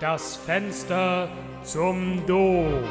Das Fenster zum Doof.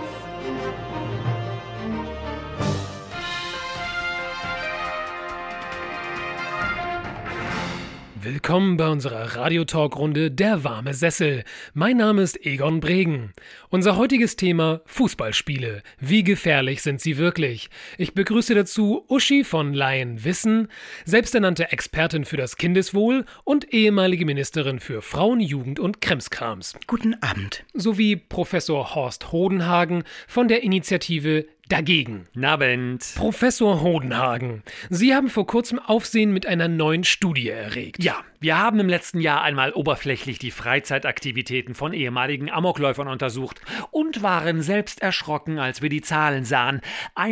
Willkommen bei unserer Radiotalk-Runde Der warme Sessel. Mein Name ist Egon Bregen. Unser heutiges Thema: Fußballspiele. Wie gefährlich sind sie wirklich? Ich begrüße dazu Uschi von Laien Wissen, selbsternannte Expertin für das Kindeswohl und ehemalige Ministerin für Frauen, Jugend und Krimskrams. Guten Abend. Sowie Professor Horst Hodenhagen von der Initiative Dagegen. Abend. Professor Hodenhagen, Sie haben vor kurzem Aufsehen mit einer neuen Studie erregt. Ja, wir haben im letzten Jahr einmal oberflächlich die Freizeitaktivitäten von ehemaligen Amokläufern untersucht und waren selbst erschrocken, als wir die Zahlen sahen.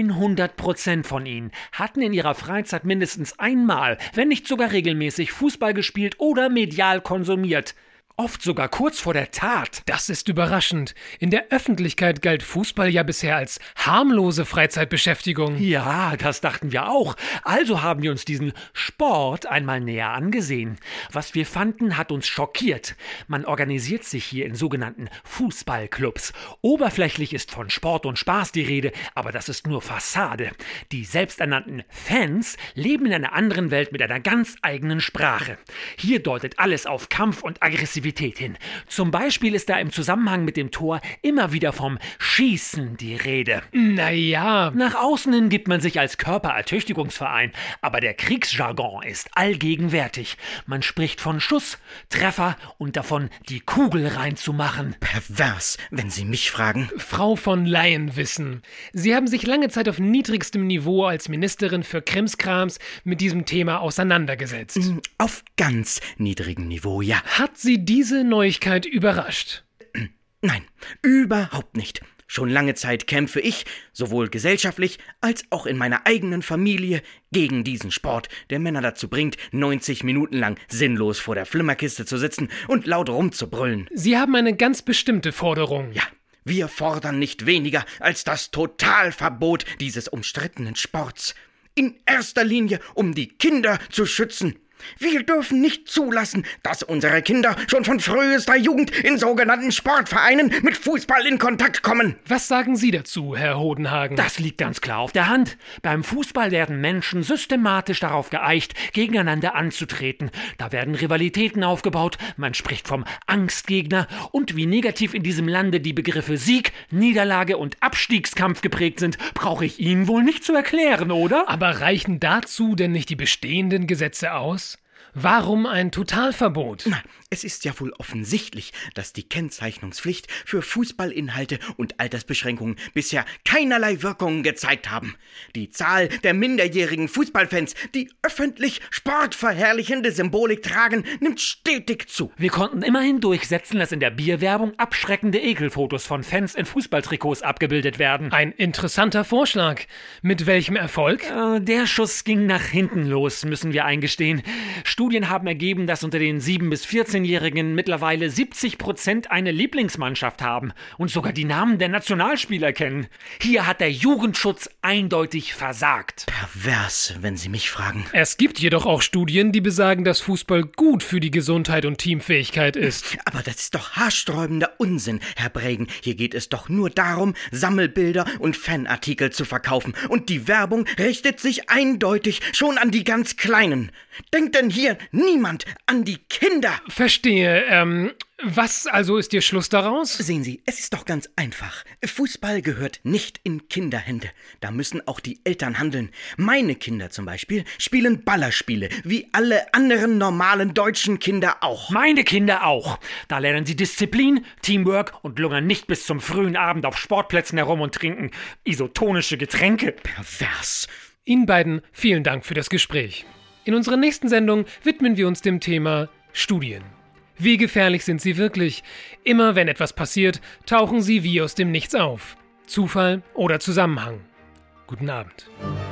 100% von ihnen hatten in ihrer Freizeit mindestens einmal, wenn nicht sogar regelmäßig, Fußball gespielt oder medial konsumiert. Oft sogar kurz vor der Tat. Das ist überraschend. In der Öffentlichkeit galt Fußball ja bisher als harmlose Freizeitbeschäftigung. Ja, das dachten wir auch. Also haben wir uns diesen Sport einmal näher angesehen. Was wir fanden, hat uns schockiert. Man organisiert sich hier in sogenannten Fußballclubs. Oberflächlich ist von Sport und Spaß die Rede, aber das ist nur Fassade. Die selbsternannten Fans leben in einer anderen Welt mit einer ganz eigenen Sprache. Hier deutet alles auf Kampf und Aggressivität hin. Zum Beispiel ist da im Zusammenhang mit dem Tor immer wieder vom Schießen die Rede. Naja. Nach außen hin gibt man sich als Körperertüchtigungsverein, aber der Kriegsjargon ist allgegenwärtig. Man spricht von Schuss, Treffer und davon, die Kugel reinzumachen. Pervers, wenn Sie mich fragen. Frau von Laien Wissen, Sie haben sich lange Zeit auf niedrigstem Niveau als Ministerin für Krimskrams mit diesem Thema auseinandergesetzt. Auf ganz niedrigem Niveau, ja. Hat Sie diese Neuigkeit überrascht? Nein, überhaupt nicht. Schon lange Zeit kämpfe ich, sowohl gesellschaftlich als auch in meiner eigenen Familie, gegen diesen Sport, der Männer dazu bringt, 90 Minuten lang sinnlos vor der Flimmerkiste zu sitzen und laut rumzubrüllen. Sie haben eine ganz bestimmte Forderung. Ja, wir fordern nicht weniger als das Totalverbot dieses umstrittenen Sports. In erster Linie, um die Kinder zu schützen. Wir dürfen nicht zulassen, dass unsere Kinder schon von frühester Jugend in sogenannten Sportvereinen mit Fußball in Kontakt kommen. Was sagen Sie dazu, Herr Hodenhagen? Das liegt ganz klar auf der Hand. Beim Fußball werden Menschen systematisch darauf geeicht, gegeneinander anzutreten. Da werden Rivalitäten aufgebaut, man spricht vom Angstgegner und wie negativ in diesem Lande die Begriffe Sieg, Niederlage und Abstiegskampf geprägt sind, brauche ich Ihnen wohl nicht zu erklären, oder? Aber reichen dazu denn nicht die bestehenden Gesetze aus? Warum ein Totalverbot? Na, es ist ja wohl offensichtlich, dass die Kennzeichnungspflicht für Fußballinhalte und Altersbeschränkungen bisher keinerlei Wirkungen gezeigt haben. Die Zahl der minderjährigen Fußballfans, die öffentlich sportverherrlichende Symbolik tragen, nimmt stetig zu. Wir konnten immerhin durchsetzen, dass in der Bierwerbung abschreckende Ekelfotos von Fans in Fußballtrikots abgebildet werden. Ein interessanter Vorschlag. Mit welchem Erfolg? Der Schuss ging nach hinten los, müssen wir eingestehen. Studien haben ergeben, dass unter den 7- bis 14-Jährigen mittlerweile 70% eine Lieblingsmannschaft haben und sogar die Namen der Nationalspieler kennen. Hier hat der Jugendschutz eindeutig versagt. Pervers, wenn Sie mich fragen. Es gibt jedoch auch Studien, die besagen, dass Fußball gut für die Gesundheit und Teamfähigkeit ist. Aber das ist doch haarsträubender Unsinn, Herr Bregen. Hier geht es doch nur darum, Sammelbilder und Fanartikel zu verkaufen. Und die Werbung richtet sich eindeutig schon an die ganz Kleinen. Denkt denn hier niemand an die Kinder? Verstehe. Was also ist Ihr Schluss daraus? Sehen Sie, es ist doch ganz einfach. Fußball gehört nicht in Kinderhände. Da müssen auch die Eltern handeln. Meine Kinder zum Beispiel spielen Ballerspiele, wie alle anderen normalen deutschen Kinder auch. Meine Kinder auch. Da lernen sie Disziplin, Teamwork und lungern nicht bis zum frühen Abend auf Sportplätzen herum und trinken isotonische Getränke. Pervers. Ihnen beiden vielen Dank für das Gespräch. In unserer nächsten Sendung widmen wir uns dem Thema Studien. Wie gefährlich sind sie wirklich? Immer wenn etwas passiert, tauchen sie wie aus dem Nichts auf. Zufall oder Zusammenhang? Guten Abend.